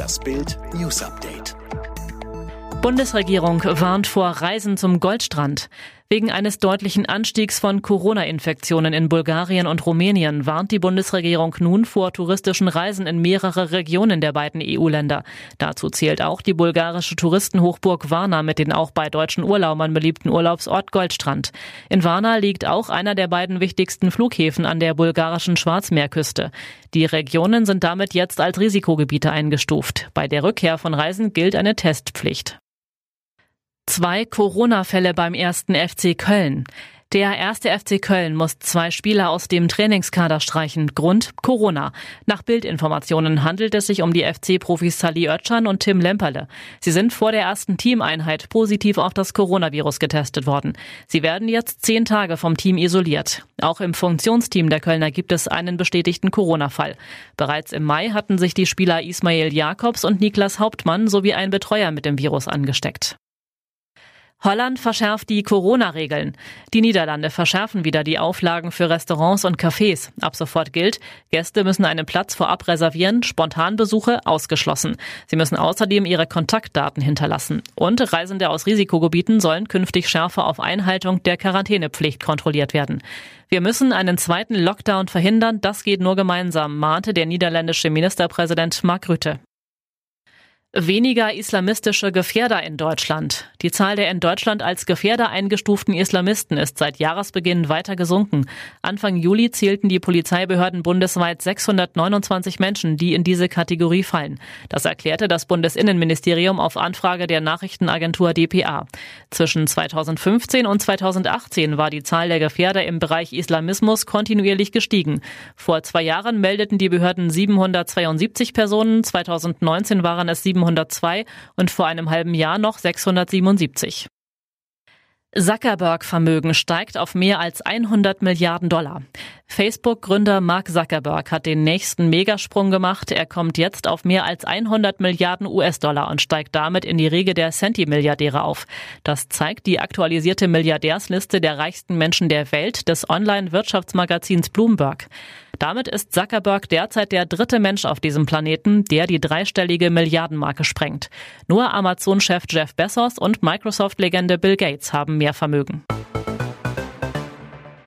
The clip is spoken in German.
Das Bild News Update. Bundesregierung warnt vor Reisen zum Goldstrand. Wegen eines deutlichen Anstiegs von Corona-Infektionen in Bulgarien und Rumänien warnt die Bundesregierung nun vor touristischen Reisen in mehrere Regionen der beiden EU-Länder. Dazu zählt auch die bulgarische Touristenhochburg Varna mit den auch bei deutschen Urlaubern beliebten Urlaubsort Goldstrand. In Varna liegt auch einer der beiden wichtigsten Flughäfen an der bulgarischen Schwarzmeerküste. Die Regionen sind damit jetzt als Risikogebiete eingestuft. Bei der Rückkehr von Reisen gilt eine Testpflicht. 2 Corona-Fälle beim 1. FC Köln. Der 1. FC Köln muss 2 Spieler aus dem Trainingskader streichen. Grund Corona. Nach Bildinformationen handelt es sich um die FC-Profis Salih Özcan und Tim Lemperle. Sie sind vor der ersten Teameinheit positiv auf das Coronavirus getestet worden. Sie werden jetzt 10 Tage vom Team isoliert. Auch im Funktionsteam der Kölner gibt es einen bestätigten Corona-Fall. Bereits im Mai hatten sich die Spieler Ismail Jakobs und Niklas Hauptmann sowie ein Betreuer mit dem Virus angesteckt. Holland verschärft die Corona-Regeln. Die Niederlande verschärfen wieder die Auflagen für Restaurants und Cafés. Ab sofort gilt, Gäste müssen einen Platz vorab reservieren, Spontanbesuche ausgeschlossen. Sie müssen außerdem ihre Kontaktdaten hinterlassen. Und Reisende aus Risikogebieten sollen künftig schärfer auf Einhaltung der Quarantänepflicht kontrolliert werden. Wir müssen einen zweiten Lockdown verhindern, das geht nur gemeinsam, mahnte der niederländische Ministerpräsident Mark Rutte. Weniger islamistische Gefährder in Deutschland. Die Zahl der in Deutschland als Gefährder eingestuften Islamisten ist seit Jahresbeginn weiter gesunken. Anfang Juli zählten die Polizeibehörden bundesweit 629 Menschen, die in diese Kategorie fallen. Das erklärte das Bundesinnenministerium auf Anfrage der Nachrichtenagentur dpa. Zwischen 2015 und 2018 war die Zahl der Gefährder im Bereich Islamismus kontinuierlich gestiegen. Vor 2 Jahren meldeten die Behörden 772 Personen, 2019 waren es 702 und vor einem halben Jahr noch 677. Zuckerberg-Vermögen steigt auf mehr als 100 Milliarden $. Facebook-Gründer Mark Zuckerberg hat den nächsten Megasprung gemacht. Er kommt jetzt auf mehr als 100 Milliarden US$ und steigt damit in die Riege der Centimilliardäre auf. Das zeigt die aktualisierte Milliardärsliste der reichsten Menschen der Welt des Online-Wirtschaftsmagazins Bloomberg. Damit ist Zuckerberg derzeit der 3. Mensch auf diesem Planeten, der die dreistellige Milliardenmarke sprengt. Nur Amazon-Chef Jeff Bezos und Microsoft-Legende Bill Gates haben mehr Vermögen.